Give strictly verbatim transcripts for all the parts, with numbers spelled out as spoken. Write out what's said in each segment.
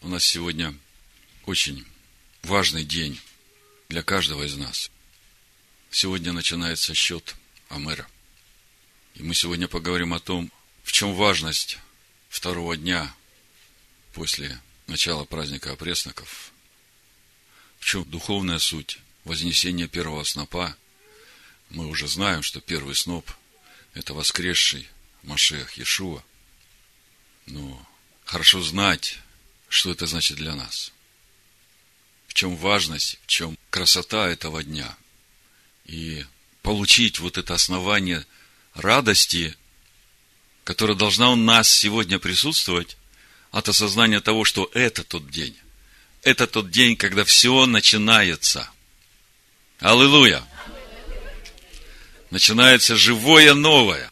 нас сегодня очень важный день для каждого из нас. Сегодня начинается счет Омера. И мы сегодня поговорим о том, в чем важность второго дня после начала праздника опресноков, в чем духовная суть вознесения первого снопа. Мы уже знаем, что первый сноп – это воскресший Машиах Иешуа. Но хорошо знать, что это значит для нас. В чем важность, в чем красота этого дня. И получить вот это основание радости, которая должна у нас сегодня присутствовать, от осознания того, что это тот день. Это тот день, когда все начинается. Аллилуйя! Начинается живое новое.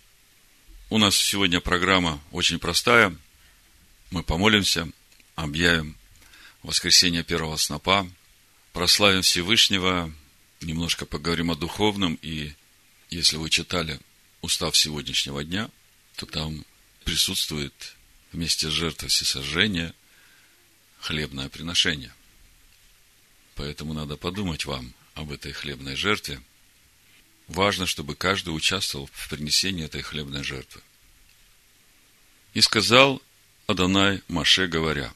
У нас сегодня программа очень простая. Мы помолимся, объявим воскресение первого снопа, прославим Всевышнего, немножко поговорим о духовном. И если вы читали устав сегодняшнего дня, то там присутствует вместе с жертвой всесожжения хлебное приношение. Поэтому надо подумать вам об этой хлебной жертве. Важно, чтобы каждый участвовал в принесении этой хлебной жертвы. И сказал Адонай Моше, говоря: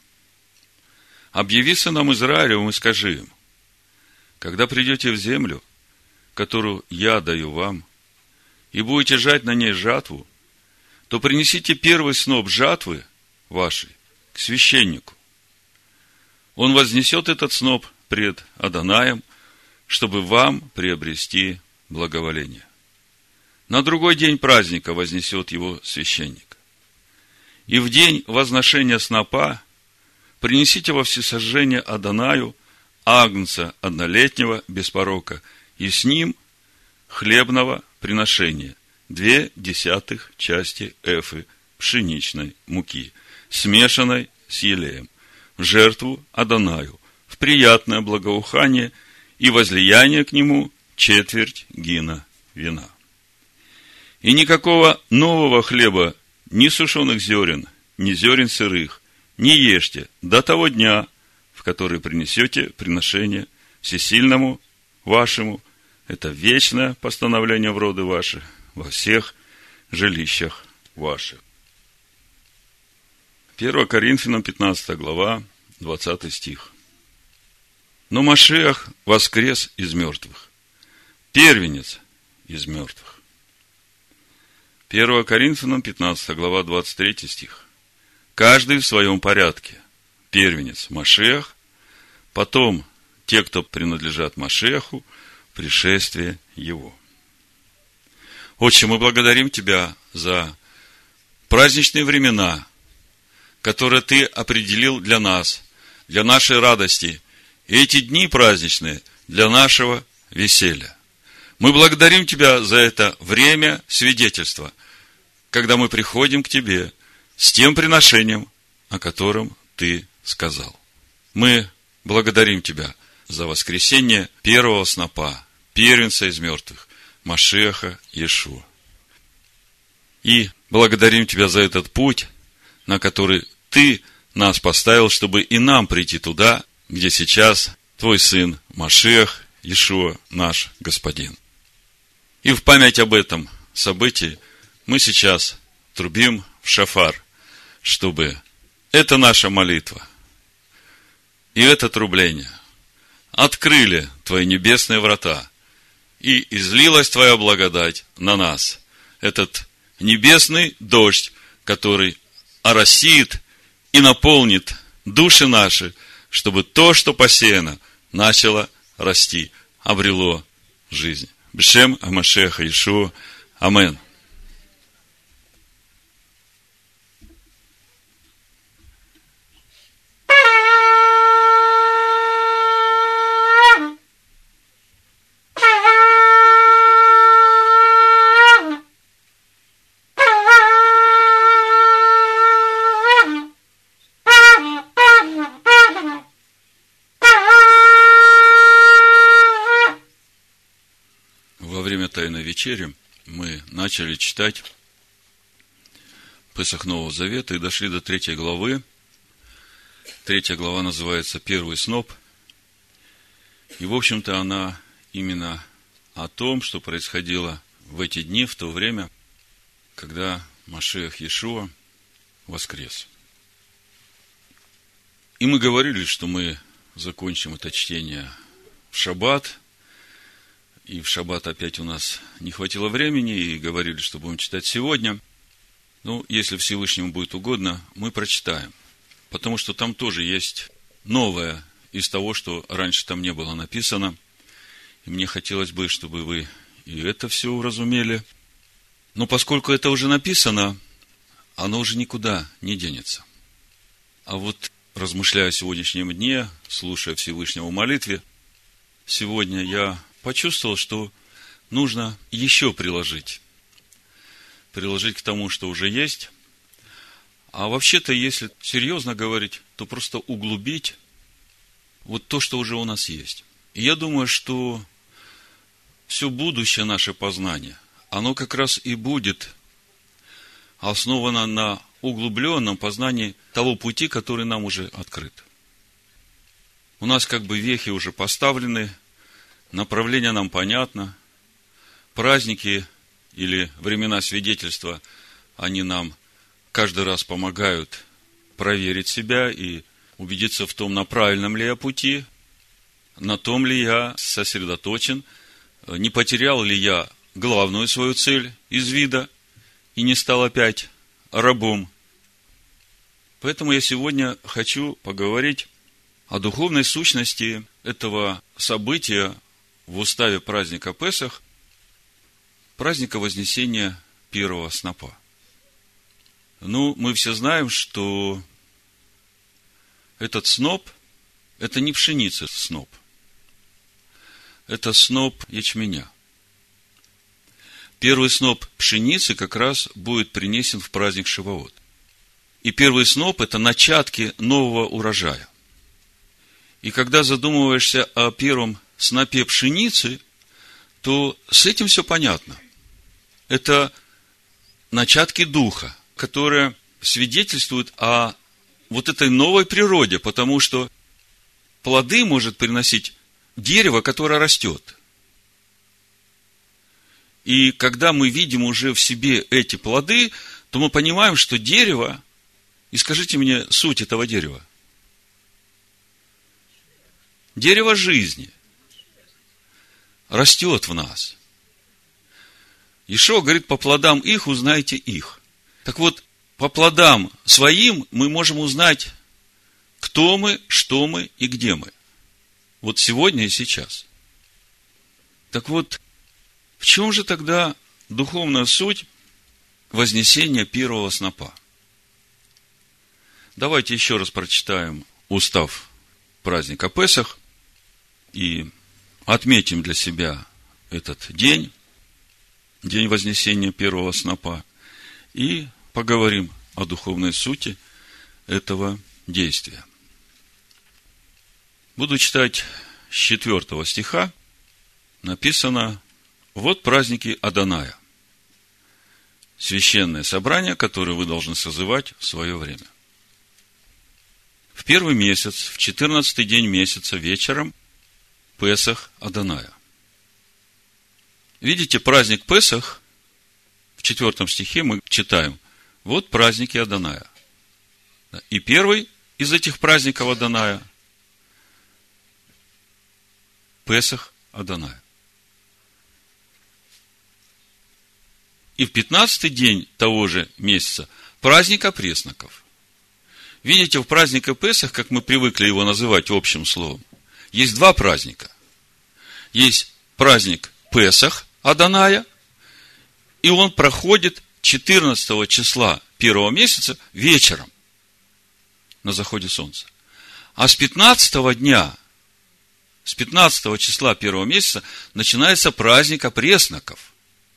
объяви сынам Израилевым и скажи им: когда придете в землю, которую я даю вам, и будете жать на ней жатву, то принесите первый сноп жатвы вашей к священнику. Он вознесет этот сноп пред Адонаем, чтобы вам приобрести благоволение. На другой день праздника вознесет его священник. И в день возношения снопа принесите во всесожжение Адонаю агнца однолетнего без порока, и с ним хлебного приношения, две десятых части эфы пшеничной муки, смешанной с елеем, в жертву Адонаю, в приятное благоухание и возлияние к нему четверть гина вина. И никакого нового хлеба, ни сушеных зерен, ни зерен сырых, не ешьте до того дня, в который принесете приношение всесильному вашему. Это вечное постановление в роды ваши во всех жилищах ваших. первое Коринфянам пятнадцатая глава, двадцатый стих. Но Машиах воскрес из мертвых, первенец из мертвых. первое Коринфянам пятнадцатая глава, двадцать третий стих. Каждый в своем порядке. Первенец Машиах, потом те, кто принадлежат Машиаху, пришествие его. Отче, мы благодарим Тебя за праздничные времена, которые Ты определил для нас, для нашей радости. И эти дни праздничные для нашего веселья. Мы благодарим Тебя за это время свидетельства, когда мы приходим к Тебе с тем приношением, о котором Ты сказал. Мы благодарим Тебя за воскресение первого снопа, первенца из мертвых, Машиаха Иешуа. И благодарим Тебя за этот путь, на который Ты нас поставил, чтобы и нам прийти туда, где сейчас Твой Сын Машиах Иешуа, наш Господин. И в память об этом событии мы сейчас трубим в шафар, чтобы эта наша молитва и это трубление открыли Твои небесные врата, и излилась Твоя благодать на нас. Этот небесный дождь, который оросит и наполнит души наши, чтобы то, что посеяно, начало расти, обрело жизнь. Бешем Машиаха Иешуа. Амен. Тайной вечери мы начали читать Песах Нового Завета и дошли до третьей главы. Третья глава называется «Первый сноп». И, в общем-то, она именно о том, что происходило в эти дни, в то время, когда Машиах Иешуа воскрес. И мы говорили, что мы закончим это чтение в шаббат. И в шаббат опять у нас не хватило времени, и говорили, что будем читать сегодня. Ну, если Всевышнему будет угодно, мы прочитаем. Потому что там тоже есть новое из того, что раньше там не было написано. И мне хотелось бы, чтобы вы и это все уразумели. Но поскольку это уже написано, оно уже никуда не денется. А вот размышляя о сегодняшнем дне, слушая Всевышнего в молитве, сегодня я почувствовал, что нужно еще приложить. Приложить к тому, что уже есть. А вообще-то, если серьезно говорить, то просто углубить вот то, что уже у нас есть. И я думаю, что все будущее наше познание, оно как раз и будет основано на углубленном познании того пути, который нам уже открыт. У нас как бы вехи уже поставлены, направление нам понятно, праздники или времена свидетельства, они нам каждый раз помогают проверить себя и убедиться в том, на правильном ли я пути, на том ли я сосредоточен, не потерял ли я главную свою цель из вида и не стал опять рабом. Поэтому я сегодня хочу поговорить о духовной сущности этого события в уставе праздника Песах, праздника Вознесения первого снопа. Ну, мы все знаем, что этот сноп – это не пшеница сноп. Это сноп ячменя. Первый сноп пшеницы как раз будет принесен в праздник Шивоот. И первый сноп – это начатки нового урожая. И когда задумываешься о первом снопе пшеницы, то с этим все понятно. Это начатки духа, которые свидетельствуют о вот этой новой природе, потому что плоды может приносить дерево, которое растет. И когда мы видим уже в себе эти плоды, то мы понимаем, что дерево, и скажите мне суть этого дерева. Дерево жизни растет в нас. Иешуа говорит, по плодам их узнаете их. Так вот, по плодам своим мы можем узнать, кто мы, что мы и где мы. Вот сегодня и сейчас. Так вот, в чем же тогда духовная суть вознесения первого снопа? Давайте еще раз прочитаем устав праздника Песах и отметим для себя этот день, день вознесения первого снопа, и поговорим о духовной сути этого действия. Буду читать с четвертого стиха. Написано: вот праздники Адоная, священное собрание, которое вы должны созывать в свое время. В первый месяц, в четырнадцатый день месяца вечером, Песах Адоная. Видите, праздник Песах, в четвертом стихе мы читаем: вот праздники Адоная. И первый из этих праздников Адоная – Песах Адоная. И в пятнадцатый день того же месяца праздник опресноков. Видите, в празднике Песах, как мы привыкли его называть общим словом, есть два праздника. Есть праздник Песах Адоная, и он проходит четырнадцатого числа первого месяца вечером, на заходе солнца. А с пятнадцатого дня, с пятнадцатого числа первого месяца начинается праздник опресноков.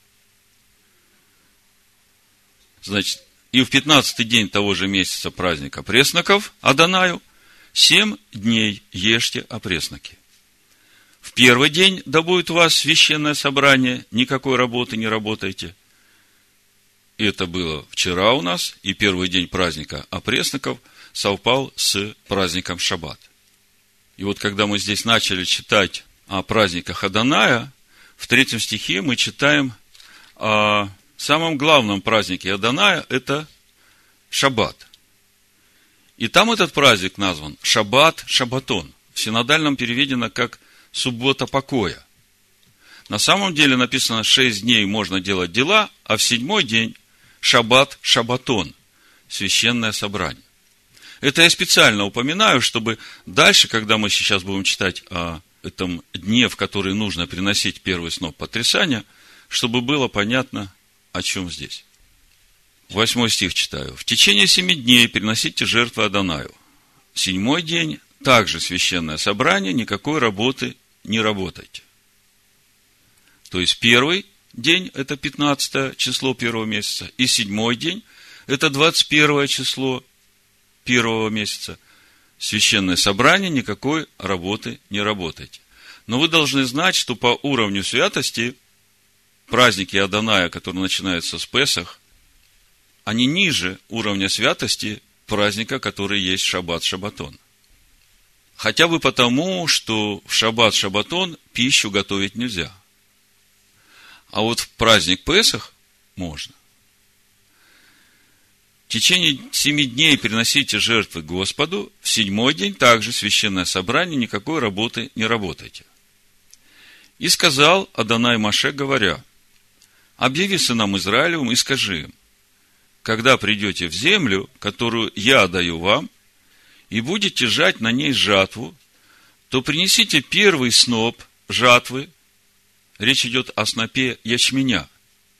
Значит, и в пятнадцатый день того же месяца праздника опресноков Адонаю семь дней ешьте опресноки. В первый день да будет у вас священное собрание, никакой работы не работайте. И это было вчера у нас, и первый день праздника опресноков совпал с праздником Шаббат. И вот когда мы здесь начали читать о праздниках Адоная, в третьем стихе мы читаем о самом главном празднике Адоная – это Шаббат. И там этот праздник назван Шаббат Шаббатон. В синодальном переведено как суббота покоя. На самом деле написано, шесть дней можно делать дела, а в седьмой день Шаббат Шаббатон, священное собрание. Это я специально упоминаю, чтобы дальше, когда мы сейчас будем читать о этом дне, в который нужно приносить первый сноп потрясания, чтобы было понятно, о чем здесь. Восьмой стих читаю. В течение семи дней приносите жертвы Адонаю. Седьмой день также священное собрание, никакой работы не работайте. То есть первый день это пятнадцатое число первого месяца, и седьмой день это двадцать первое число первого месяца. Священное собрание, никакой работы не работайте. Но вы должны знать, что по уровню святости праздники Адоная, которые начинаются с Песах, они ниже уровня святости праздника, который есть Шаббат Шаббатон. Хотя бы потому, что в Шаббат Шаббатон пищу готовить нельзя. А вот в праздник Песах можно. В течение семи дней приносите жертвы Господу, в седьмой день также священное собрание, никакой работы не работайте. И сказал Адонай Моше, говоря: объяви сынам Израилевым и скажи им: когда придете в землю, которую я даю вам, и будете жать на ней жатву, то принесите первый сноп жатвы, речь идет о снопе ячменя,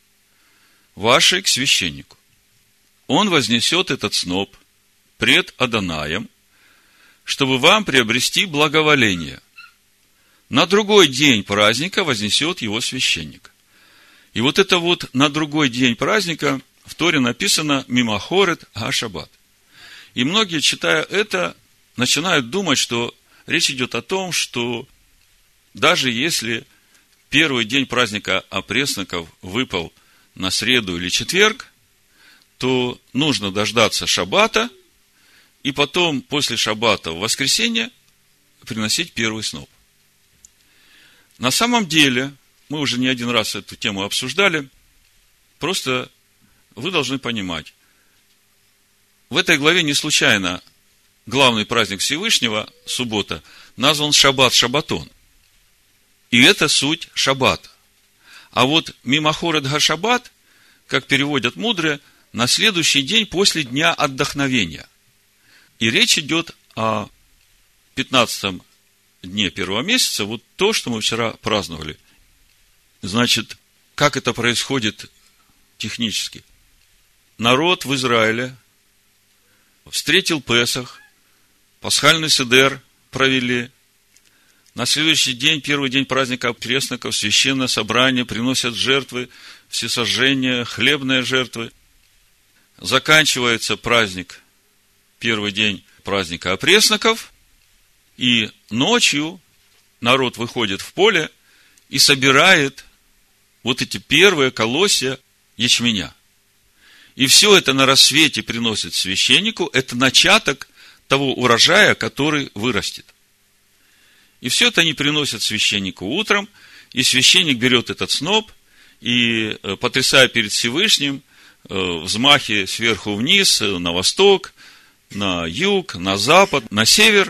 вашей к священнику. Он вознесет этот сноп пред Адонаем, чтобы вам приобрести благоволение. На другой день праздника вознесет его священник. И вот это вот на другой день праздника в Торе написано «Мимахорет га-шаббат». И многие, читая это, начинают думать, что речь идет о том, что даже если первый день праздника опресноков выпал на среду или четверг, то нужно дождаться шаббата, и потом после шаббата в воскресенье приносить первый сноп. На самом деле, мы уже не один раз эту тему обсуждали, просто вы должны понимать, в этой главе не случайно главный праздник Всевышнего, суббота, назван Шаббат Шаббатон. И это суть шаббата. А вот мимахорет га-шаббат, как переводят мудрые, на следующий день после дня отдохновения. И речь идет о пятнадцатом дне первого месяца, вот то, что мы вчера праздновали. Значит, как это происходит технически? Народ в Израиле встретил Песах, пасхальный седер провели. На следующий день, первый день праздника опресноков, священное собрание, приносят жертвы, всесожжения, хлебные жертвы. Заканчивается праздник, первый день праздника опресноков, и ночью народ выходит в поле и собирает вот эти первые колосья ячменя. И все это на рассвете приносит священнику, это начаток того урожая, который вырастет. И все это они приносят священнику утром, и священник берет этот сноп и, потрясая перед Всевышним, взмахи сверху вниз, на восток, на юг, на запад, на север,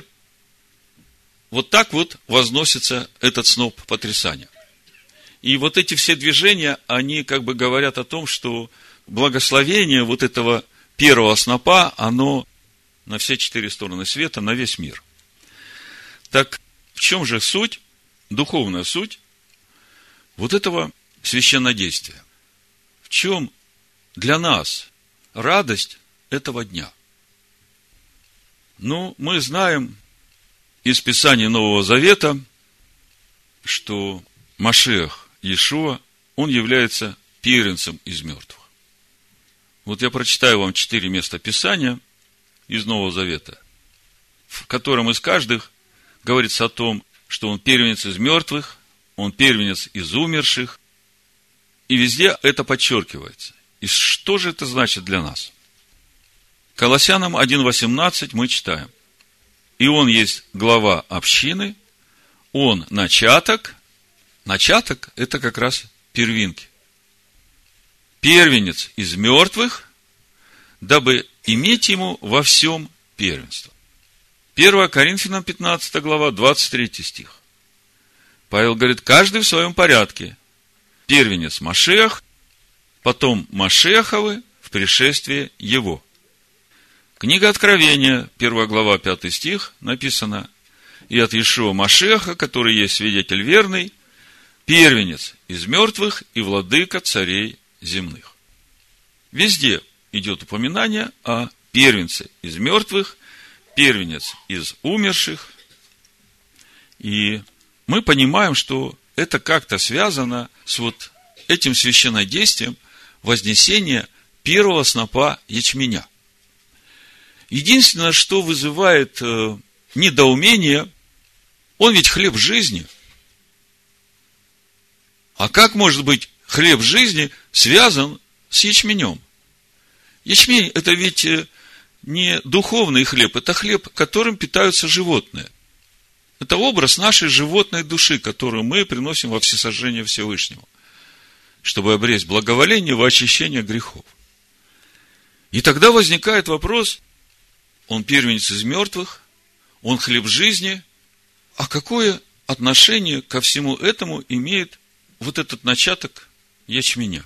вот так вот возносится этот сноп потрясания. И вот эти все движения, они как бы говорят о том, что благословение вот этого первого снопа, оно на все четыре стороны света, на весь мир. Так в чем же суть, духовная суть вот этого священнодействия? В чем для нас радость этого дня? Ну, мы знаем из Писания Нового Завета, что Машиах Иешуа, он является первенцем из мертвых. Вот я прочитаю вам четыре места Писания из Нового Завета, в котором из каждых говорится о том, что он первенец из мертвых, он первенец из умерших, и везде это подчеркивается. И что же это значит для нас? Колоссянам один восемнадцать мы читаем. И он есть глава общины, он начаток. Начаток – это как раз первинки. Первенец из мертвых, дабы иметь ему во всем первенство. первое Коринфянам пятнадцатая глава, двадцать третий стих. Павел говорит, каждый в своем порядке. Первенец Машиах, потом Машиаховы в пришествии его. Книга Откровения, первая глава, пятый стих, написано, и от Иешуа Машиаха, который есть свидетель верный, первенец из мертвых и владыка царей земных. Везде идет упоминание о первенце из мертвых, первенец из умерших. И мы понимаем, что это как-то связано с вот этим священнодействием вознесения первого снопа ячменя. Единственное, что вызывает э, недоумение, он ведь хлеб жизни. А как может быть хлеб жизни связан с ячменем? Ячмень – это ведь не духовный хлеб, это хлеб, которым питаются животные. Это образ нашей животной души, которую мы приносим во всесожжение Всевышнего, чтобы обрести благоволение во очищение грехов. И тогда возникает вопрос, он первенец из мертвых, он хлеб жизни, а какое отношение ко всему этому имеет вот этот начаток ячменя?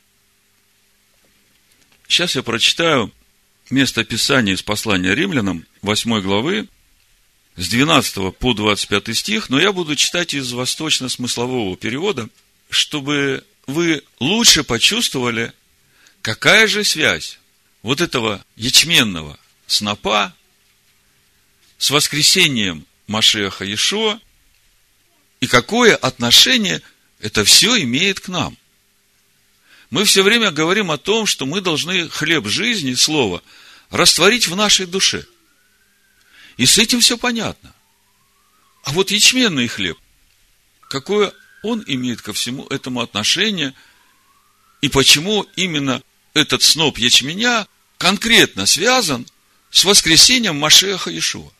Сейчас я прочитаю место Писания из послания Римлянам, восьмой главы, с двенадцатого по двадцать пятый стих, но я буду читать из восточно-смыслового перевода, чтобы вы лучше почувствовали, какая же связь вот этого ячменного снопа с воскресением Машиаха Иешуа и какое отношение это все имеет к нам. Мы все время говорим о том, что мы должны хлеб жизни, слово, растворить в нашей душе. И с этим все понятно. А вот ячменный хлеб, какое он имеет ко всему этому отношение, и почему именно этот сноп ячменя конкретно связан с воскресением Машиаха Иешуа.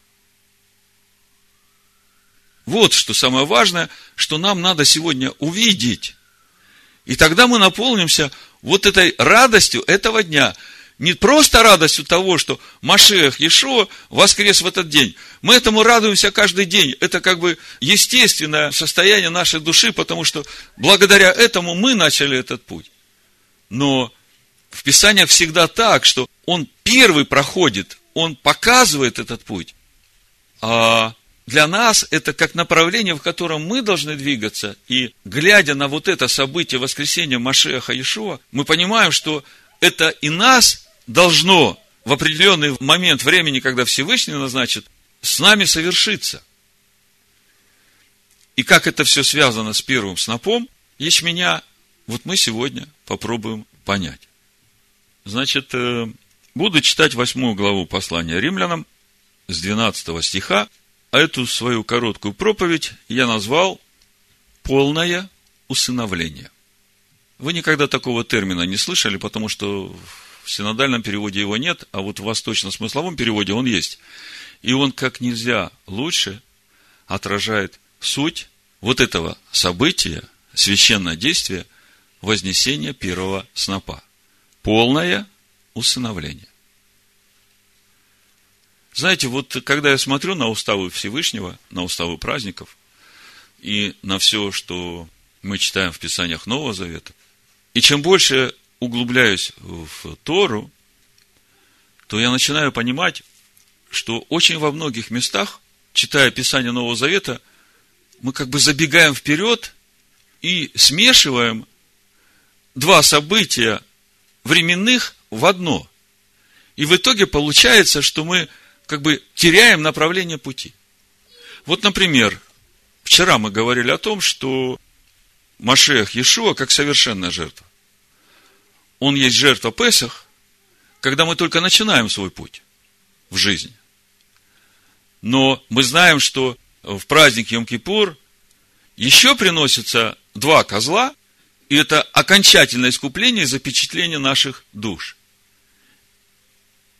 Вот что самое важное, что нам надо сегодня увидеть. И тогда мы наполнимся вот этой радостью этого дня. Не просто радостью того, что Машиах Иешуа воскрес в этот день. Мы этому радуемся каждый день. Это как бы естественное состояние нашей души, потому что благодаря этому мы начали этот путь. Но в Писаниях всегда так, что он первый проходит, он показывает этот путь. А для нас это как направление, в котором мы должны двигаться. И глядя на вот это событие воскресения Машиаха Иешуа, мы понимаем, что это и нас должно в определенный момент времени, когда Всевышний назначит, с нами совершиться. И как это все связано с первым снопом ячменя, вот мы сегодня попробуем понять. Значит, буду читать восьмую главу послания Римлянам с двенадцатого стиха. А эту свою короткую проповедь я назвал «Полное усыновление». Вы никогда такого термина не слышали, потому что в синодальном переводе его нет, а вот в восточно-смысловом переводе он есть. И он как нельзя лучше отражает суть вот этого события, священное действие вознесения первого снопа. Полное усыновление. Знаете, вот когда я смотрю на уставы Всевышнего, на уставы праздников и на все, что мы читаем в Писаниях Нового Завета, и чем больше углубляюсь в Тору, то я начинаю понимать, что очень во многих местах, читая Писание Нового Завета, мы как бы забегаем вперед и смешиваем два события временных в одно. И в итоге получается, что мы как бы теряем направление пути. Вот, например, вчера мы говорили о том, что Машиах Иешуа как совершенная жертва. Он есть жертва Песах, когда мы только начинаем свой путь в жизни. Но мы знаем, что в праздник Йом-Кипур еще приносятся два козла, и это окончательное искупление и запечатление наших душ.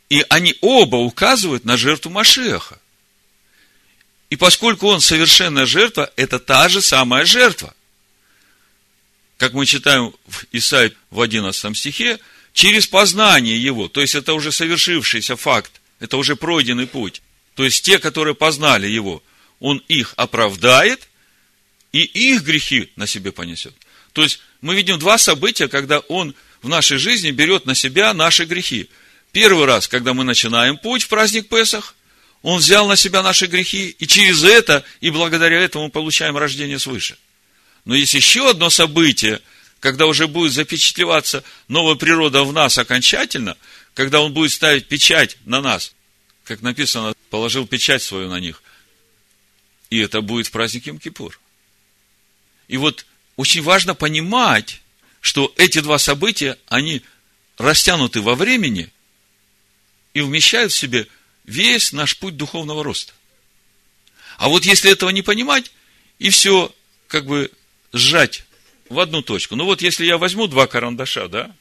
И они оба указывают на жертву Машиаха. И поскольку он совершенная жертва, это та же самая жертва. Как мы читаем в Исаии в одиннадцатом стихе, через познание его, то есть это уже совершившийся факт, это уже пройденный путь. То есть те, которые познали его, он их оправдает, и их грехи на себе понесет. То есть мы видим два события, когда он в нашей жизни берет на себя наши грехи. Первый раз, когда мы начинаем путь в праздник Песах, он взял на себя наши грехи, и через это, и благодаря этому мы получаем рождение свыше. Но есть еще одно событие, когда уже будет запечатлеваться новая природа в нас окончательно, когда он будет ставить печать на нас, как написано, положил печать свою на них. И это будет в праздник Йом-Кипур. И вот очень важно понимать, что эти два события, они растянуты во времени и вмещают в себе весь наш путь духовного роста. А вот если этого не понимать, и все как бы сжать в одну точку. Ну вот если я возьму два карандаша, да?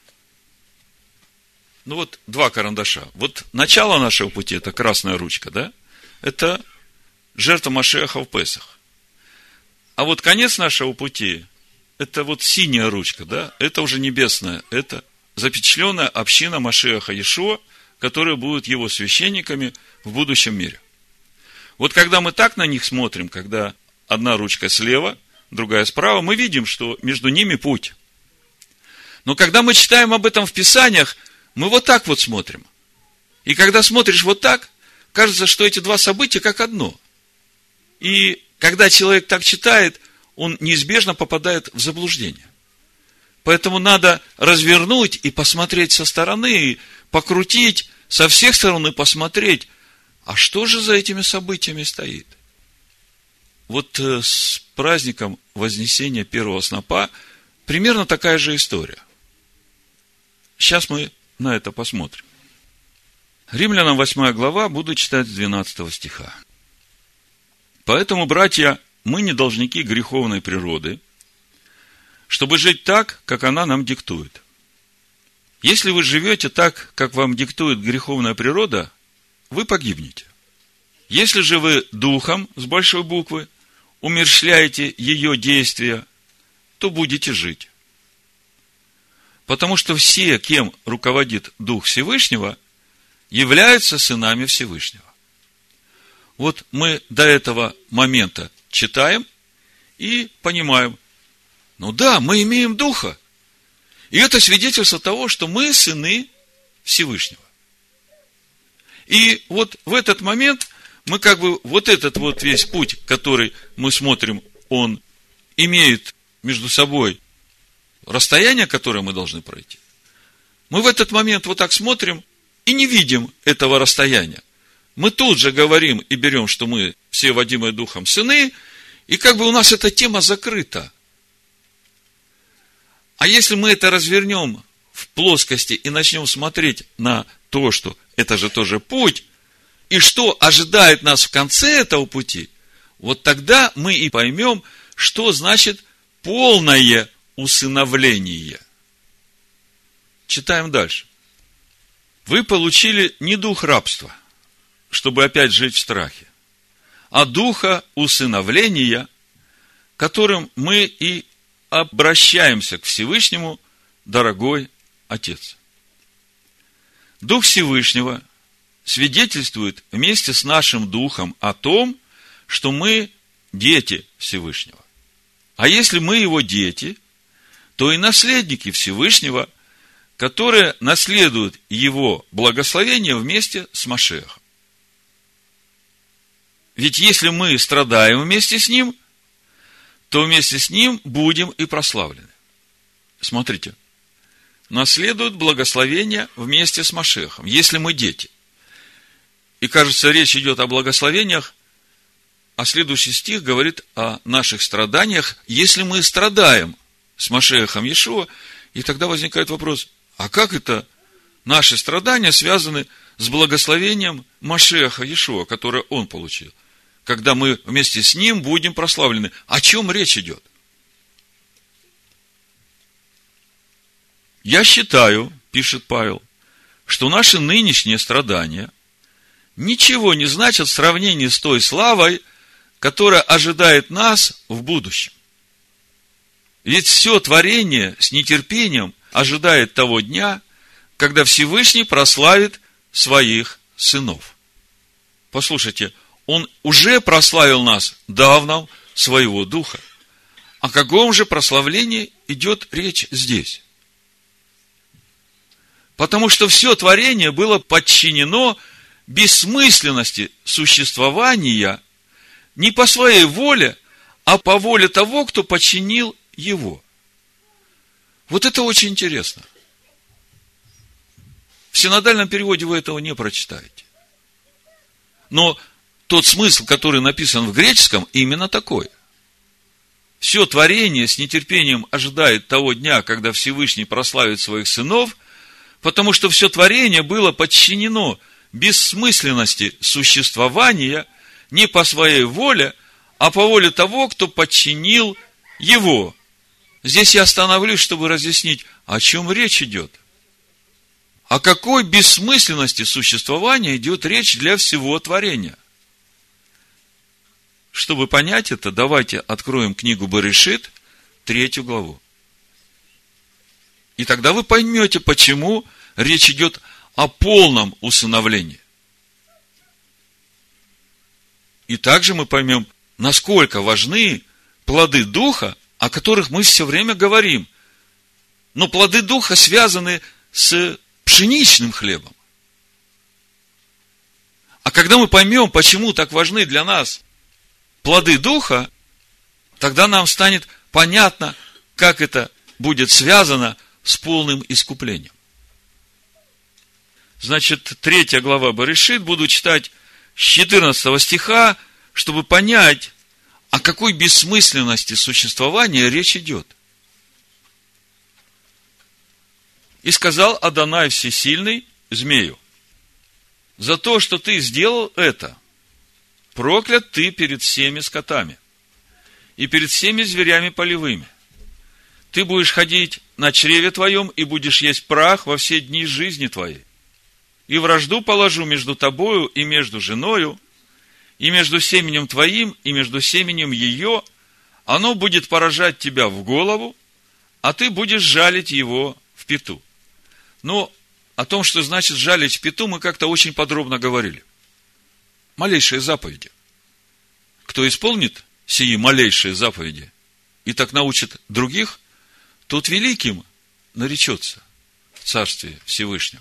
Ну вот два карандаша. Вот начало нашего пути, это красная ручка, да? Это жертва Машиаха в Песах. А вот конец нашего пути, это вот синяя ручка, да? Это уже небесная, это запечатленная община Машиаха Иешуа, которые будут его священниками в будущем мире. Вот когда мы так на них смотрим, когда одна ручка слева, другая справа, мы видим, что между ними путь. Но когда мы читаем об этом в Писаниях, мы вот так вот смотрим. И когда смотришь вот так, кажется, что эти два события как одно. И когда человек так читает, он неизбежно попадает в заблуждение. Поэтому надо развернуть и посмотреть со стороны, и покрутить со всех сторон и посмотреть, а что же за этими событиями стоит. Вот с праздником Вознесения первого снопа примерно такая же история. Сейчас мы на это посмотрим. Римлянам восьмая глава, буду читать с двенадцатого стиха. Поэтому, братья, мы не должники греховной природы, чтобы жить так, как она нам диктует. Если вы живете так, как вам диктует греховная природа, вы погибнете. Если же вы духом, с большой буквы, умерщвляете ее действия, то будете жить. Потому что все, кем руководит Дух Всевышнего, являются сынами Всевышнего. Вот мы до этого момента читаем и понимаем, ну да, мы имеем Духа. И это свидетельство того, что мы сыны Всевышнего. И вот в этот момент мы как бы вот этот вот весь путь, который мы смотрим, он имеет между собой расстояние, которое мы должны пройти. Мы в этот момент вот так смотрим и не видим этого расстояния. Мы тут же говорим и берем, что мы все водимые Духом сыны, и как бы у нас эта тема закрыта. А если мы это развернем в плоскости и начнем смотреть на то, что это же тоже путь, и что ожидает нас в конце этого пути, вот тогда мы и поймем, что значит полное усыновление. Читаем дальше. Вы получили не дух рабства, чтобы опять жить в страхе, а духа усыновления, которым мы и обращаемся к Всевышнему, дорогой Отец. Дух Всевышнего свидетельствует вместе с нашим духом о том, что мы дети Всевышнего. А если мы его дети, то и наследники Всевышнего, которые наследуют его благословение вместе с Машиахом. Ведь если мы страдаем вместе с ним, то вместе с ним будем и прославлены. Смотрите, наследуют благословение вместе с Машиахом, если мы дети. И, кажется, речь идет о благословениях, а следующий стих говорит о наших страданиях, если мы страдаем с Машиахом Иешуа, и тогда возникает вопрос, а как это наши страдания связаны с благословением Машиаха Иешуа, которое он получил, когда мы вместе с ним будем прославлены? О чем речь идет? Я считаю, пишет Павел, что наши нынешние страдания ничего не значат в сравнении с той славой, которая ожидает нас в будущем. Ведь все творение с нетерпением ожидает того дня, когда Всевышний прославит своих сынов. Послушайте, Он уже прославил нас давно своего Духа. О каком же прославлении идет речь здесь? Потому что все творение было подчинено бессмысленности существования не по своей воле, а по воле того, кто подчинил его. Вот это очень интересно. В синодальном переводе вы этого не прочитаете. Но тот смысл, который написан в греческом, именно такой. Все творение с нетерпением ожидает того дня, когда Всевышний прославит своих сынов, потому что все творение было подчинено бессмысленности существования не по своей воле, а по воле того, кто подчинил его. Здесь я остановлюсь, чтобы разъяснить, о чем речь идет. О какой бессмысленности существования идет речь для всего творения. Чтобы понять это, давайте откроем книгу Берешит, третью главу. И тогда вы поймете, почему речь идет о полном усыновлении. И также мы поймем, насколько важны плоды Духа, о которых мы все время говорим. Но плоды Духа связаны с пшеничным хлебом. А когда мы поймем, почему так важны для нас плоды Духа, тогда нам станет понятно, как это будет связано с полным искуплением. Значит, третья глава Берешит, буду читать с четырнадцатого стиха, чтобы понять, о какой бессмысленности существования речь идет. И сказал Адонай Всесильный змею: за то, что ты сделал это, проклят ты перед всеми скотами и перед всеми зверями полевыми. Ты будешь ходить на чреве твоем и будешь есть прах во все дни жизни твоей. И вражду положу между тобою и между женою, и между семенем твоим, и между семенем ее. Оно будет поражать тебя в голову, а ты будешь жалить его в пяту. Но о том, что значит жалить в пяту, мы как-то очень подробно говорили. Малейшие заповеди. Кто исполнит сии малейшие заповеди и так научит других, тот великим наречется в Царстве Всевышнего.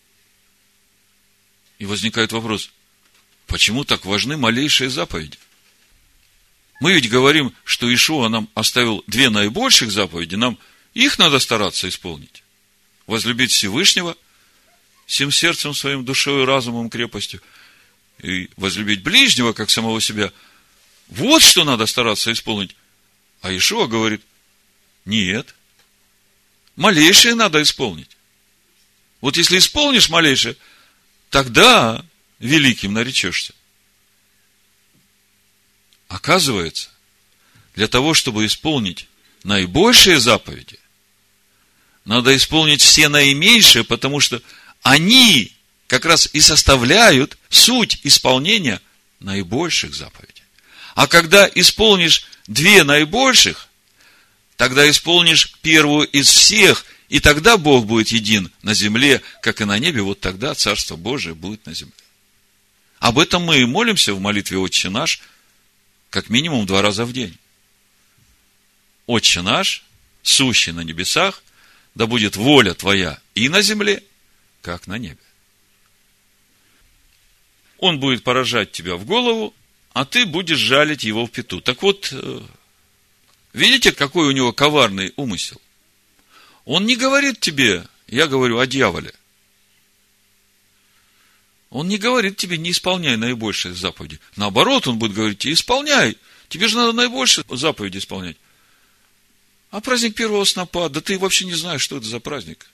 И возникает вопрос, почему так важны малейшие заповеди? Мы ведь говорим, что Иешуа нам оставил две наибольших заповеди, нам их надо стараться исполнить. Возлюбить Всевышнего всем сердцем своим, душою, разумом, крепостью, и возлюбить ближнего, как самого себя. Вот что надо стараться исполнить. А Иешуа говорит, нет, малейшие надо исполнить. Вот если исполнишь малейшее, тогда великим наречешься. Оказывается, для того, чтобы исполнить наибольшие заповеди, надо исполнить все наименьшие, потому что они как раз и составляют суть исполнения наибольших заповедей. А когда исполнишь две наибольших, тогда исполнишь первую из всех, и тогда Бог будет един на земле, как и на небе, вот тогда Царство Божие будет на земле. Об этом мы и молимся в молитве «Отче наш» как минимум два раза в день. «Отче наш, сущий на небесах, да будет воля Твоя и на земле, как на небе». Он будет поражать тебя в голову, а ты будешь жалить его в пяту. Так вот, видите, какой у него коварный умысел? Он не говорит тебе, я говорю о дьяволе. Он не говорит тебе, не исполняй наибольшие заповеди. Наоборот, он будет говорить тебе, исполняй. Тебе же надо наибольшие заповеди исполнять. А праздник первого снопа, да ты вообще не знаешь, что это за праздник.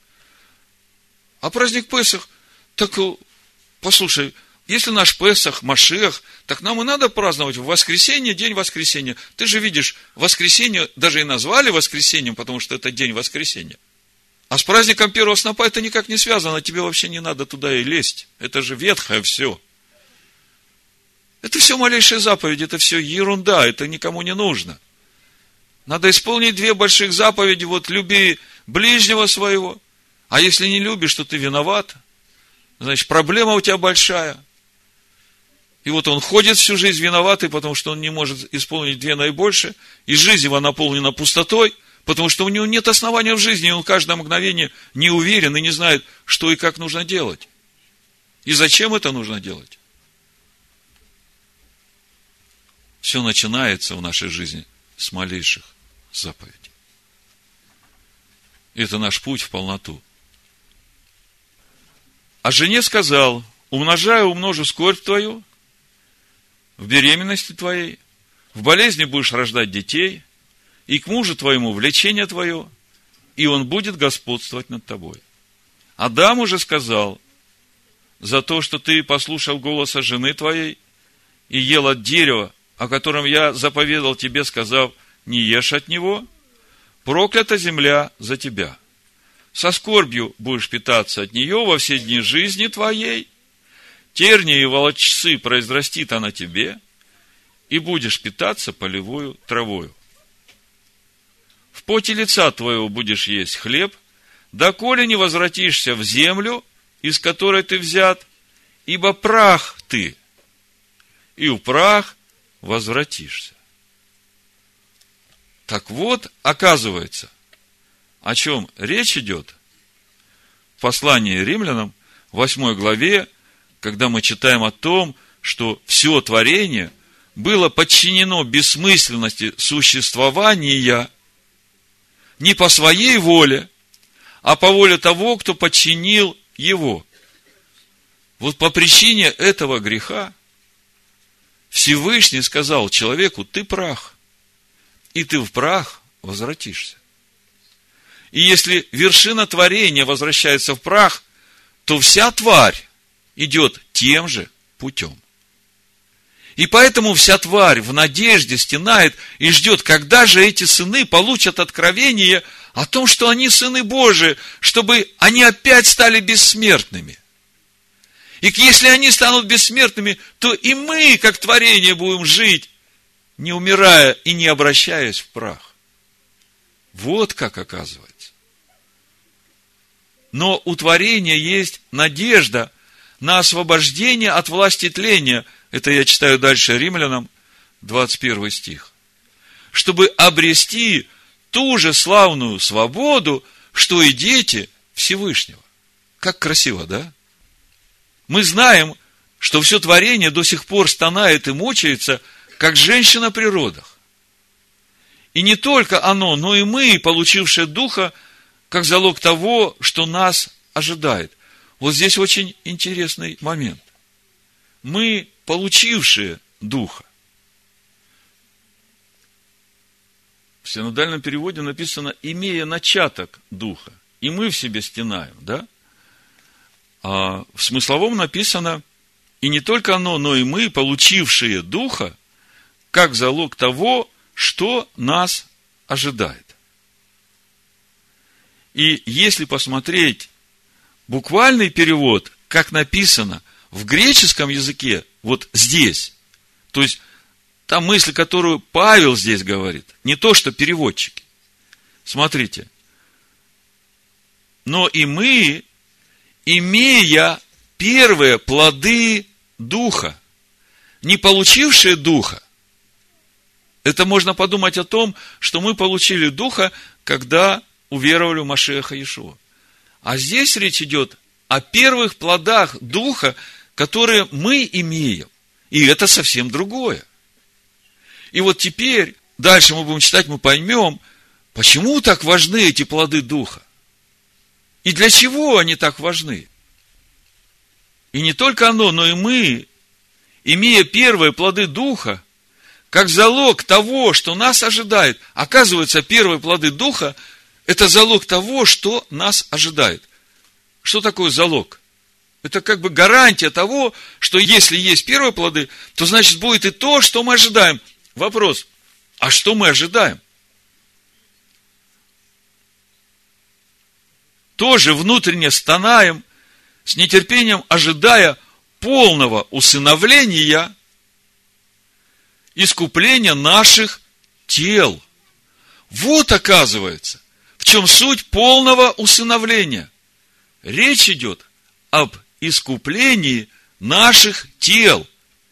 А праздник Песах, так, послушай, если наш Песах, Машиах, так нам и надо праздновать в воскресенье, день воскресенья. Ты же видишь, воскресенье даже и назвали воскресеньем, потому что это день воскресенья. А с праздником первого снопа это никак не связано, тебе вообще не надо туда и лезть. Это же ветхое все. Это все малейшие заповеди, это все ерунда, это никому не нужно. Надо исполнить две больших заповеди, вот люби ближнего своего, а если не любишь, то ты виноват, значит, проблема у тебя большая. И вот он ходит всю жизнь виноватый, потому что он не может исполнить две наибольшие, и жизнь его наполнена пустотой, потому что у него нет основания в жизни, и он каждое мгновение не уверен и не знает, что и как нужно делать. И зачем это нужно делать? Все начинается в нашей жизни с малейших заповедей. Это наш путь в полноту. А жене сказал: умножаю, умножу скорбь твою, в беременности твоей, в болезни будешь рождать детей, и к мужу твоему влечение твое, и он будет господствовать над тобой. Адам уже сказал: за то, что ты послушал голоса жены твоей и ел от дерева, о котором я заповедал тебе, сказав: не ешь от него, проклята земля за тебя. Со скорбью будешь питаться от нее во все дни жизни твоей, тернии и волчцы произрастит она тебе, и будешь питаться полевую травою. В поте лица твоего будешь есть хлеб, доколе не возвратишься в землю, из которой ты взят, ибо прах ты, и в прах возвратишься. Так вот, оказывается, о чем речь идет в послании римлянам, в восьмой главе, когда мы читаем о том, что все творение было подчинено бессмысленности существования не по своей воле, а по воле того, кто подчинил его. Вот по причине этого греха Всевышний сказал человеку: ты прах, и ты в прах возвратишься. И если вершина творения возвращается в прах, то вся тварь идет тем же путем. И поэтому вся тварь в надежде стенает и ждет, когда же эти сыны получат откровение о том, что они сыны Божии, чтобы они опять стали бессмертными. И если они станут бессмертными, то и мы, как творение, будем жить, не умирая и не обращаясь в прах. Вот как оказывается. Но у творения есть надежда на освобождение от власти тления. Это я читаю дальше Римлянам, двадцать первый стих. Чтобы обрести ту же славную свободу, что и дети Всевышнего. Как красиво, да? Мы знаем, что все творение до сих пор стонает и мучается, как женщина при родах. И не только оно, но и мы, получившие Духа, как залог того, что нас ожидает. Вот здесь очень интересный момент. Мы, получившие Духа. В синодальном переводе написано: имея начаток Духа. И мы в себе стенаем, да? А в смысловом написано: и не только оно, но и мы, получившие Духа, как залог того, что нас ожидает. И если посмотреть буквальный перевод, как написано в греческом языке, вот здесь, то есть та мысль, которую Павел здесь говорит, не то, что переводчики. Смотрите. Но и мы, имея первые плоды Духа, не получившие Духа, это можно подумать о том, что мы получили Духа, когда уверовали в Машиаха Иешуа. А здесь речь идет о первых плодах Духа, которые мы имеем. И это совсем другое. И вот теперь, дальше мы будем читать, мы поймем, почему так важны эти плоды Духа. И для чего они так важны. И не только оно, но и мы, имея первые плоды Духа, как залог того, что нас ожидает. Оказывается, первые плоды Духа – это залог того, что нас ожидает. Что такое залог? Это как бы гарантия того, что если есть первые плоды, то значит будет и то, что мы ожидаем. Вопрос: а что мы ожидаем? тоже внутренне стонаем, с нетерпением ожидая полного усыновления, искупления наших тел. Вот, оказывается, в чем суть полного усыновления. Речь идет об искуплении наших тел.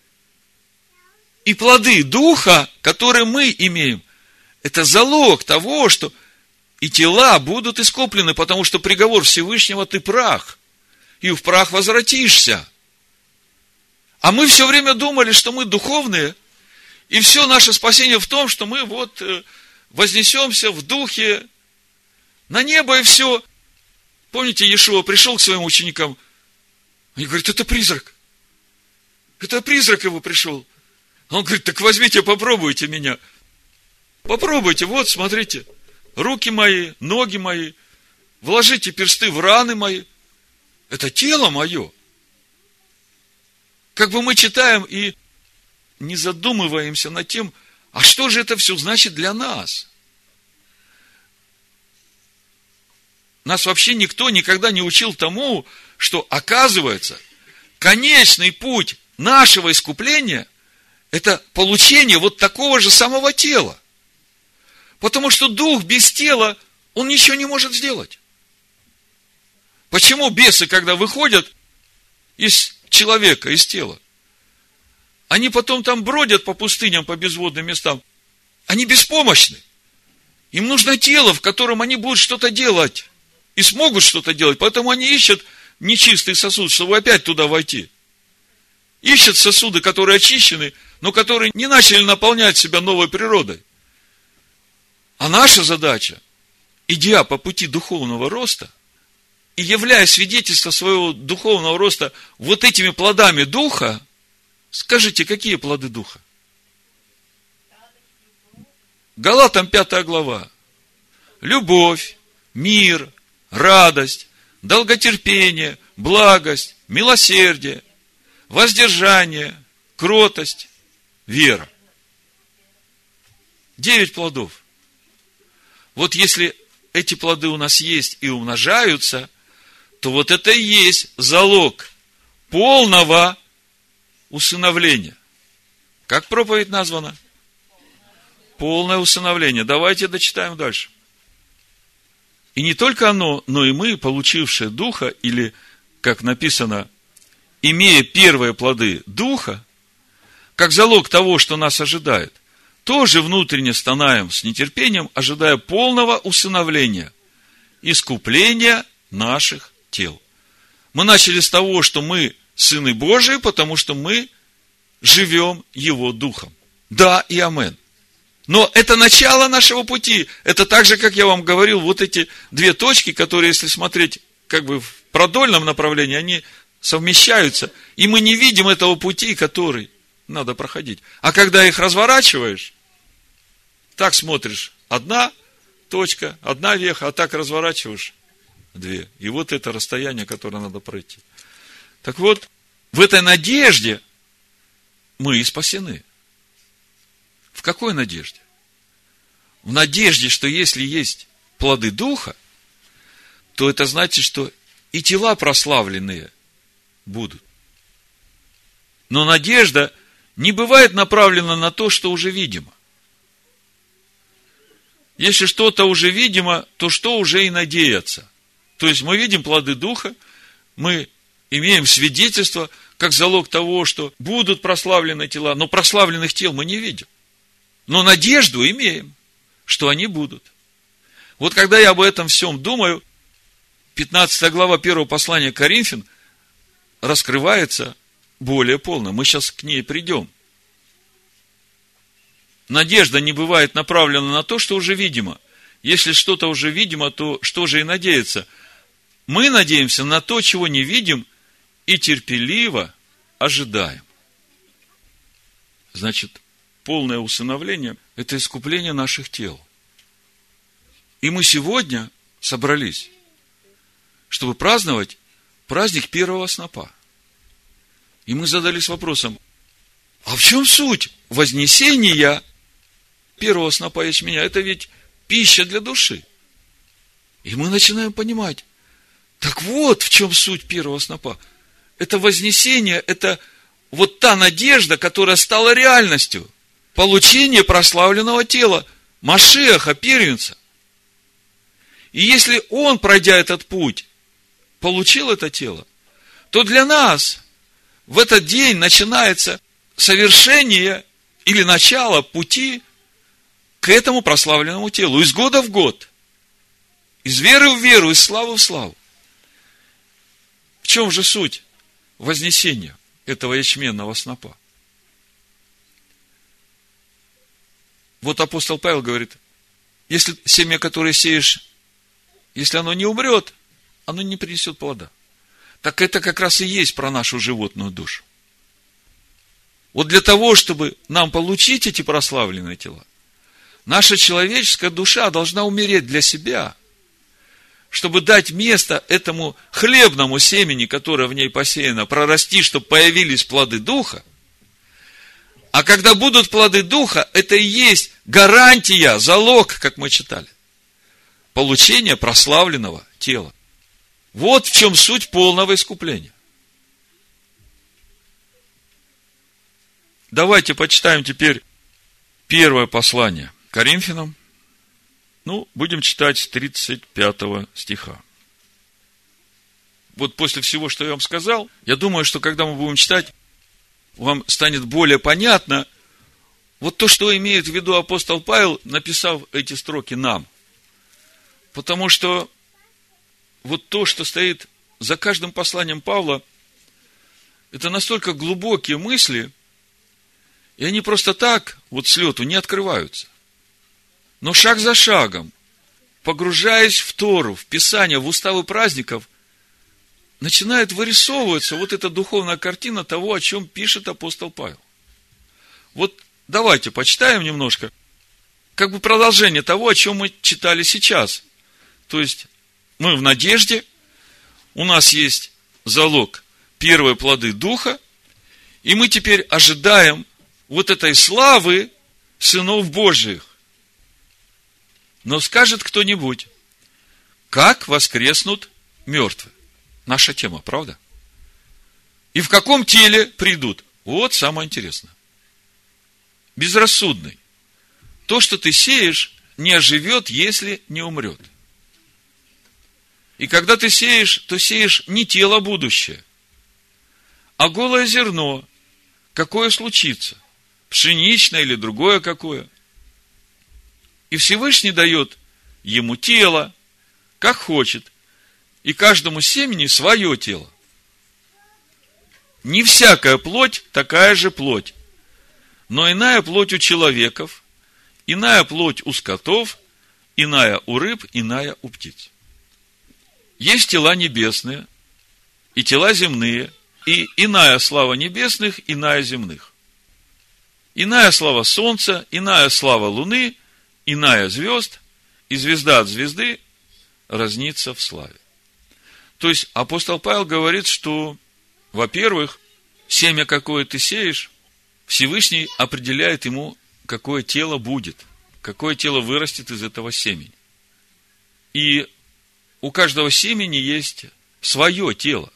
И плоды Духа, которые мы имеем, это залог того, что и тела будут искуплены, потому что приговор Всевышнего: ты прах, и в прах возвратишься. А мы все время думали, что мы духовные, и все наше спасение в том, что мы вот вознесемся в духе на небо, и все. Помните, Иешуа пришел к своим ученикам, они говорят: это призрак. Это призрак его пришел. Он говорит: так возьмите, попробуйте меня. Попробуйте, вот, смотрите, руки мои, ноги мои, вложите персты в раны мои. Это тело мое. Как бы мы читаем и не задумываемся над тем, а что же это все значит для нас? Нас вообще никто никогда не учил тому, что, оказывается, конечный путь нашего искупления – это получение вот такого же самого тела. Потому что дух без тела, он ничего не может сделать. Почему бесы, когда выходят из человека, из тела, они потом там бродят по пустыням, по безводным местам, они беспомощны. Им нужно тело, в котором они будут что-то делать. И смогут что-то делать. Поэтому они ищут нечистый сосуд, чтобы опять туда войти. Ищут сосуды, которые очищены, но которые не начали наполнять себя новой природой. А наша задача, идя по пути духовного роста, и являя свидетельство своего духовного роста вот этими плодами Духа, скажите, какие плоды Духа? Галатам пятая глава. Любовь, мир, радость, долготерпение, благость, милосердие, воздержание, кротость, вера. Девять плодов. Вот если эти плоды у нас есть и умножаются, то вот это и есть залог полного усыновления. Как проповедь названа? Полное усыновление. Давайте дочитаем дальше. И не только оно, но и мы, получившие Духа, или, как написано, имея первые плоды Духа, как залог того, что нас ожидает, тоже внутренне стонаем с нетерпением, ожидая полного усыновления, искупления наших тел. Мы начали с того, что мы сыны Божии, потому что мы живем Его Духом. Да и амен. Но это начало нашего пути. Это так же, как я вам говорил, вот эти две точки, которые, если смотреть как бы в продольном направлении, они совмещаются. И мы не видим этого пути, который надо проходить. А когда их разворачиваешь, так смотришь, одна точка, одна веха, а так разворачиваешь две. И вот это расстояние, которое надо пройти. Так вот, в этой надежде мы и спасены. В какой надежде? В надежде, что если есть плоды Духа, то это значит, что и тела прославленные будут. Но надежда не бывает направлена на то, что уже видимо. Если что-то уже видимо, то что уже и надеяться? То есть мы видим плоды Духа, мы имеем свидетельство, как залог того, что будут прославлены тела, но прославленных тел мы не видим. Но надежду имеем, что они будут. Вот когда я об этом всем думаю, пятнадцатая глава первого послания к Коринфянам раскрывается более полно. Мы сейчас к ней придем. Надежда не бывает направлена на то, что уже видимо. Если что-то уже видимо, то что же и надеяться? Мы надеемся на то, чего не видим, и терпеливо ожидаем. Значит, полное усыновление – это искупление наших тел. И мы сегодня собрались, чтобы праздновать праздник первого снопа. И мы задались вопросом, а в чем суть вознесения первого снопа ячменя? Это ведь пища для души. И мы начинаем понимать, Так вот, в чем суть первого снопа. Это вознесение, это вот та надежда, которая стала реальностью. Получение прославленного тела, Машиаха, первенца. И если он, пройдя этот путь, получил это тело, то для нас в этот день начинается совершение или начало пути к этому прославленному телу. Из года в год. Из веры в веру, из славы в славу. В чем же суть вознесения этого ячменного снопа? Вот апостол Павел говорит, если семя, которое сеешь, если оно не умрет, оно не принесет плода. Так это как раз и есть про нашу животную душу. Вот для того, чтобы нам получить эти прославленные тела, наша человеческая душа должна умереть для себя, чтобы дать место этому хлебному семени, которое в ней посеяно, прорасти, чтобы появились плоды Духа. А когда будут плоды Духа, это и есть гарантия, залог, как мы читали, получения прославленного тела. Вот в чем суть полного искупления. Давайте почитаем теперь первое послание Коринфянам. Ну, будем читать с тридцать пятого стиха. Вот после всего, что я вам сказал, я думаю, что когда мы будем читать, вам станет более понятно вот то, что имеет в виду апостол Павел, написав эти строки нам. Потому что вот то, что стоит за каждым посланием Павла, это настолько глубокие мысли, и они просто так вот с лету не открываются. Но шаг за шагом, погружаясь в Тору, в Писание, в уставы праздников, начинает вырисовываться вот эта духовная картина того, о чем пишет апостол Павел. Вот давайте почитаем немножко, как бы продолжение того, о чем мы читали сейчас. То есть, мы в надежде, у нас есть залог, первые плоды Духа, и мы теперь ожидаем вот этой славы сынов Божьих. Но скажет кто-нибудь, как воскреснут мертвые? Наша тема, правда? И в каком теле придут? Вот самое интересное. Безрассудный. То, что ты сеешь, не оживет, если не умрет. И когда ты сеешь, то сеешь не тело будущее, а голое зерно. Какое случится? Пшеничное или другое какое? И Всевышний дает ему тело, как хочет, и каждому семени свое тело. Не всякая плоть такая же плоть, но иная плоть у человеков, иная плоть у скотов, иная у рыб, иная у птиц. Есть тела небесные и тела земные, и иная слава небесных, иная земных. Иная слава солнца, иная слава луны, иная звезд, и звезда от звезды разнится в славе. То есть, апостол Павел говорит, что, во-первых, семя, какое ты сеешь, Всевышний определяет ему, какое тело будет, какое тело вырастет из этого семени. И у каждого семени есть свое тело.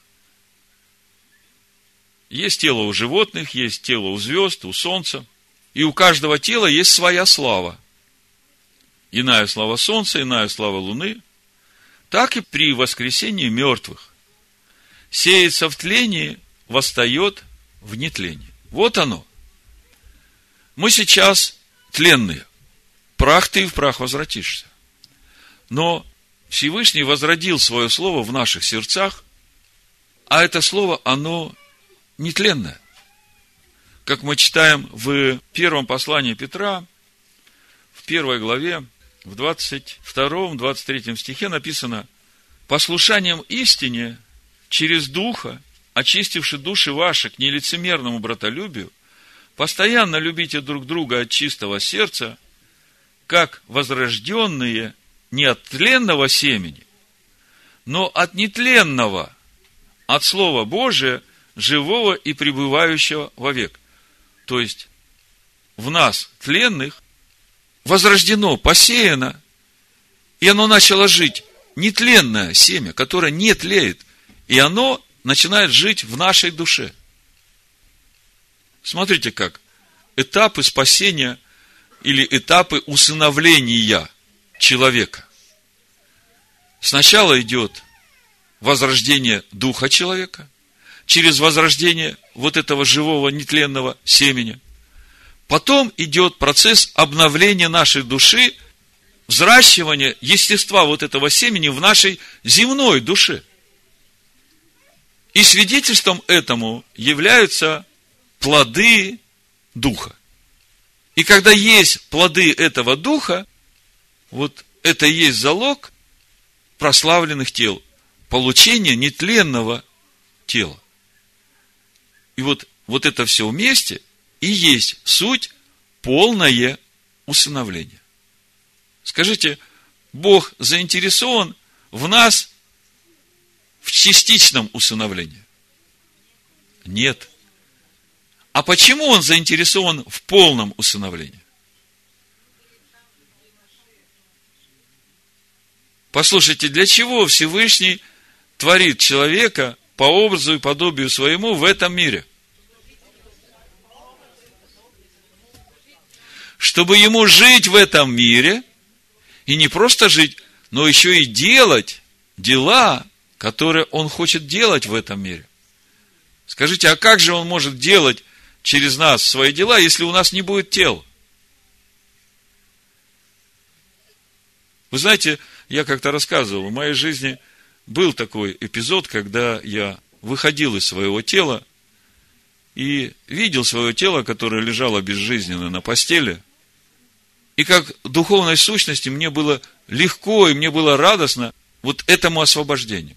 Есть тело у животных, есть тело у звезд, у солнца. И у каждого тела есть своя слава. Иная слава солнца, иная слава луны. Так и при воскресении мертвых. Сеется в тлении, восстает в нетлении. Вот оно. Мы сейчас тленные. Прах ты и в прах возвратишься. Но Всевышний возродил свое слово в наших сердцах, а это слово, оно нетленное. Как мы читаем в первом послании Петра, в первой главе, в двадцать втором, двадцать третьем стихе написано: послушанием истине через Духа, очистивши души ваши к нелицемерному братолюбию, постоянно любите друг друга от чистого сердца, как возрожденные не от тленного семени, но от нетленного, от Слова Божия, живого и пребывающего вовек. То есть, в нас, тленных, возрождено, посеяно, и оно начало жить нетленное семя, которое не тлеет, и оно начинает жить в нашей душе. Смотрите как. Этапы спасения или этапы усыновления человека. Сначала идет возрождение духа человека, через возрождение вот этого живого нетленного семени. Потом идет процесс обновления нашей души, взращивания естества вот этого семени в нашей земной душе. И свидетельством этому являются плоды духа. И когда есть плоды этого духа, вот это и есть залог прославленных тел, получения нетленного тела. И вот, вот это все вместе и есть суть полное усыновление. Скажите, Бог заинтересован в нас в частичном усыновлении? Нет. А почему Он заинтересован в полном усыновлении? Послушайте, для чего Всевышний творит человека по образу и подобию своему в этом мире? Чтобы ему жить в этом мире, и не просто жить, но еще и делать дела, которые он хочет делать в этом мире. Скажите, а как же он может делать через нас свои дела, если у нас не будет тел? Вы знаете, я как-то рассказывал, в моей жизни был такой эпизод, когда я выходил из своего тела и видел свое тело, которое лежало безжизненно на постели. И как духовной сущности мне было легко и мне было радостно вот этому освобождению.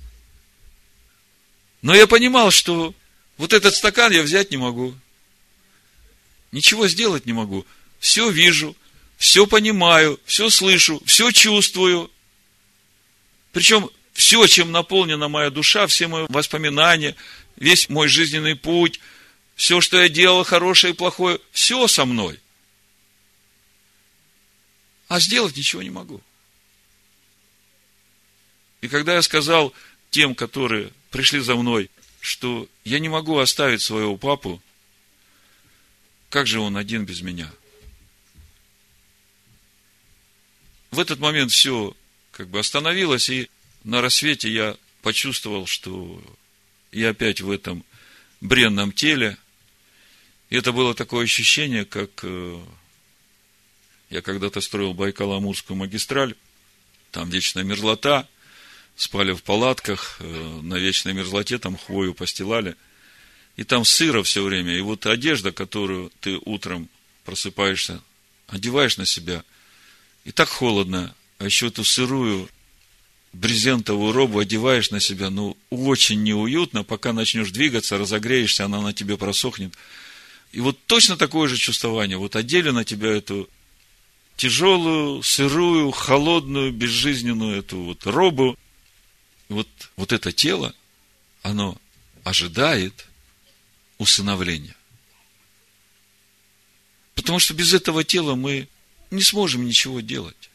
Но я понимал, что вот этот стакан я взять не могу. Ничего сделать не могу. Все вижу, все понимаю, все слышу, все чувствую. Причем все, чем наполнена моя душа, все мои воспоминания, весь мой жизненный путь, все, что я делал, хорошее и плохое, все со мной. А сделать ничего не могу. И когда я сказал тем, которые пришли за мной, что я не могу оставить своего папу, как же он один без меня? В этот момент все как бы остановилось, и на рассвете я почувствовал, что я опять в этом бренном теле. И это было такое ощущение, как я когда-то строил Байкало-Амурскую магистраль, там вечная мерзлота, спали в палатках, на вечной мерзлоте, там хвою постилали, и там сыро все время, и вот одежда, которую ты утром просыпаешься, одеваешь на себя, и так холодно, а еще эту сырую брезентовую робу одеваешь на себя, ну, очень неуютно, пока начнешь двигаться, разогреешься, она на тебе просохнет. И вот точно такое же чувствование, вот одели на тебя эту тяжелую, сырую, холодную, безжизненную эту вот робу. Вот, вот это тело, оно ожидает усыновления. Потому что без этого тела мы не сможем ничего делать.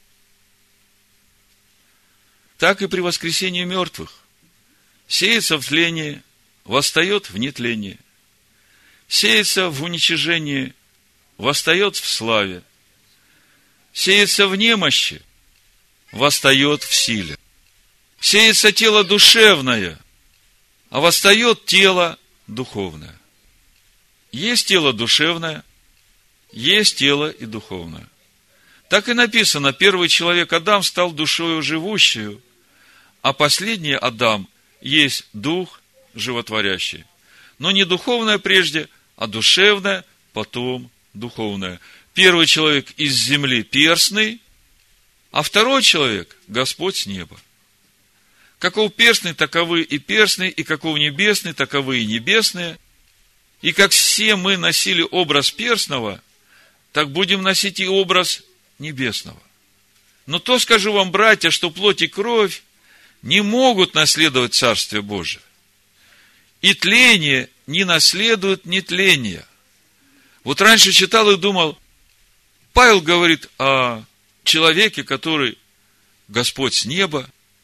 Так и при воскресении мертвых. Сеется в тлении, восстает в нетлении. Сеется в уничижении, восстает в славе. Сеется в немощи, восстает в силе. Сеется тело душевное, а восстает тело духовное. Есть тело душевное, есть тело и духовное. Так и написано, первый человек Адам стал душою живущую, а последний Адам есть дух животворящий. Но не духовное прежде, а душевное, потом духовное. Первый человек из земли перстный, а второй человек Господь с неба. Каков перстный, таковы и перстный, и каков небесный, таковы и небесные. И как все мы носили образ перстного, так будем носить и образ небесного. Но то скажу вам, братья, что плоть и кровь не могут наследовать Царствие Божие. И тление не наследует нетления. Вот раньше читал и думал, Павел говорит о человеке, который Господь с неба,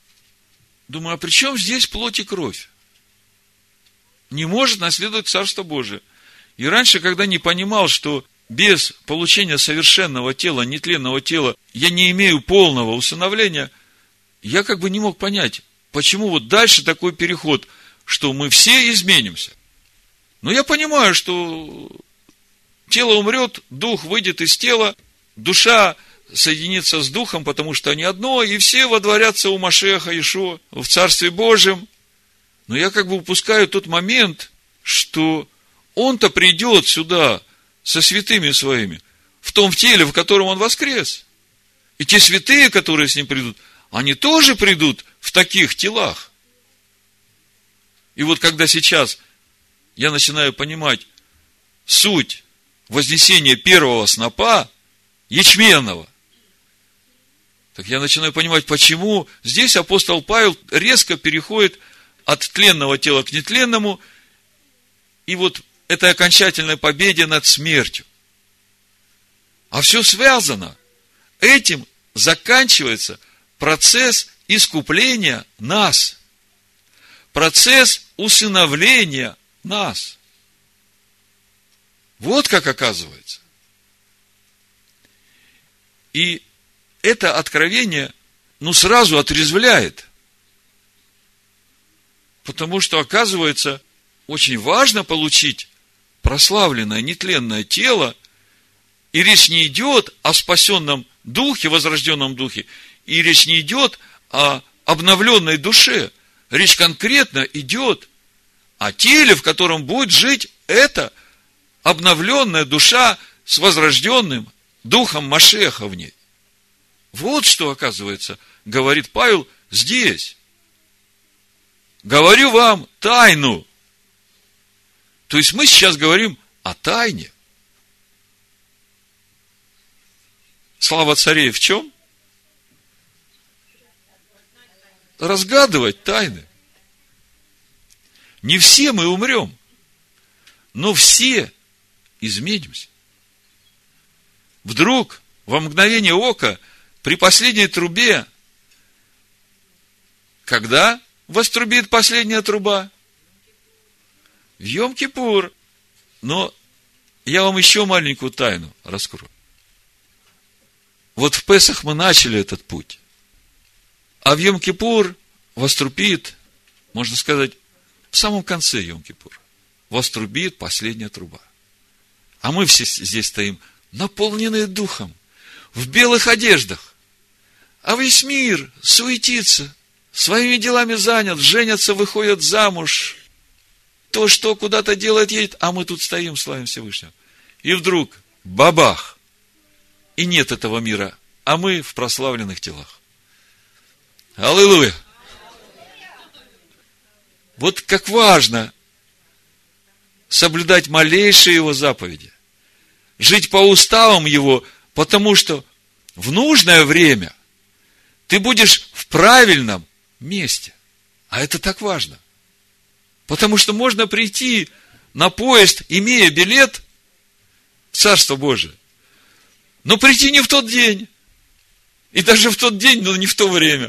Думаю, а при чем здесь плоть и кровь? Не может наследовать Царство Божие. И раньше, когда не понимал, что без получения совершенного тела, нетленного тела, я не имею полного усыновления, я как бы не мог понять, почему вот дальше такой переход, что мы все изменимся. Но я понимаю, что тело умрет, дух выйдет из тела, душа соединится с духом, потому что они одно, и все водворятся у Машеха Иешуа в Царстве Божьем. Но я как бы упускаю тот момент, что он-то придет сюда со святыми своими, в том теле, в котором он воскрес. И те святые, которые с ним придут, они тоже придут в таких телах. И вот когда сейчас я начинаю понимать суть вознесения первого снопа, ячменного, так я начинаю понимать, почему здесь апостол Павел резко переходит от тленного тела к нетленному, и вот этой окончательной победе над смертью. А все связано. Этим заканчивается процесс искупления нас. Процесс усыновления нас. Вот как оказывается. И это откровение, ну, сразу отрезвляет. Потому что, оказывается, очень важно получить прославленное, нетленное тело, и речь не идет о спасенном духе, возрожденном духе, и речь не идет о обновленной душе. Речь конкретно идет о теле, в котором будет жить эта обновленная душа с возрожденным духом Машеха в ней. Вот что, оказывается, говорит Павел здесь. Говорю вам тайну. То есть мы сейчас говорим о тайне. Слава царей в чем? Разгадывать тайны. Не все мы умрем, но все изменимся. Вдруг, во мгновение ока, при последней трубе, когда вострубит последняя труба? В Йом-Кипур. Но я вам еще маленькую тайну раскрою. Вот в Песах мы начали этот путь. А в Йом-Кипур вострубит, можно сказать, в самом конце Йом-Кипура, вострубит последняя труба. А мы все здесь стоим, наполненные духом, в белых одеждах. А весь мир суетится, своими делами занят, женятся, выходят замуж. То, что куда-то делает, едет, а мы тут стоим, славим Всевышнего. И вдруг, бабах, и нет этого мира, а мы в прославленных телах. Аллилуйя! Вот как важно соблюдать малейшие его заповеди, жить по уставам его, потому что в нужное время ты будешь в правильном месте. А это так важно. Потому что можно прийти на поезд, имея билет в Царство Божие, но прийти не в тот день. И даже в тот день, но не в то время.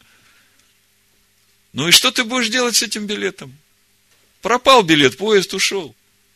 Ну и что ты будешь делать с этим билетом? Пропал билет, поезд ушел.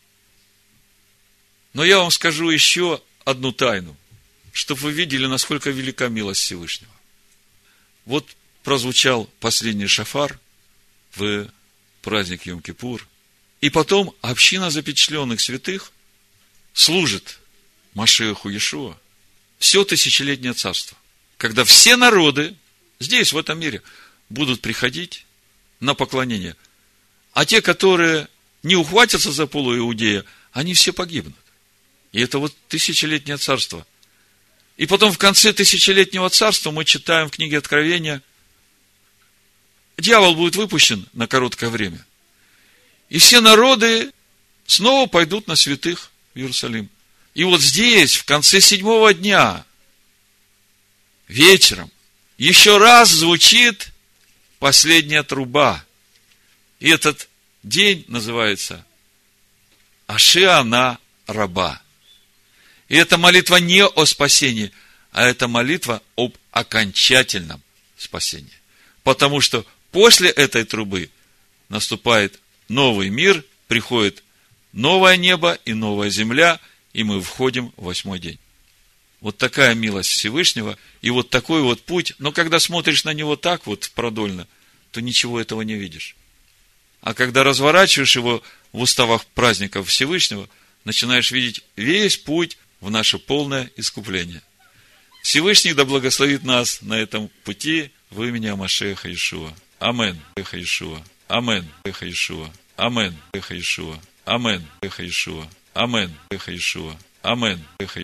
Но я вам скажу еще одну тайну, чтобы вы видели, насколько велика милость Всевышнего. Вот прозвучал последний шафар в праздник Йом-Кипур, и потом община запечатленных святых служит Машиаху Иешуа все тысячелетнее царство, когда все народы здесь, в этом мире, будут приходить на поклонение. А те, которые не ухватятся за полу Иудея, они все погибнут. И это вот тысячелетнее царство. И потом в конце тысячелетнего царства мы читаем в книге Откровения, дьявол будет выпущен на короткое время. И все народы снова пойдут на святых в Иерусалим. И вот здесь, в конце седьмого дня, вечером, еще раз звучит последняя труба. И этот день называется Ашиана раба. И это молитва не о спасении, а это молитва об окончательном спасении. Потому что после этой трубы наступает новый мир, приходит новое небо и новая земля, и мы входим в восьмой день. Вот такая милость Всевышнего, и вот такой вот путь. Но когда смотришь на него так вот продольно, то ничего этого не видишь. А когда разворачиваешь его в уставах праздников Всевышнего, начинаешь видеть весь путь в наше полное искупление. Всевышний да благословит нас на этом пути в имени Машеха Иешуа. Амен. Иешуа. Амен. Иешуа. Амен. Иешуа. Амен. Иешуа. Амен. Иешуа. Амен.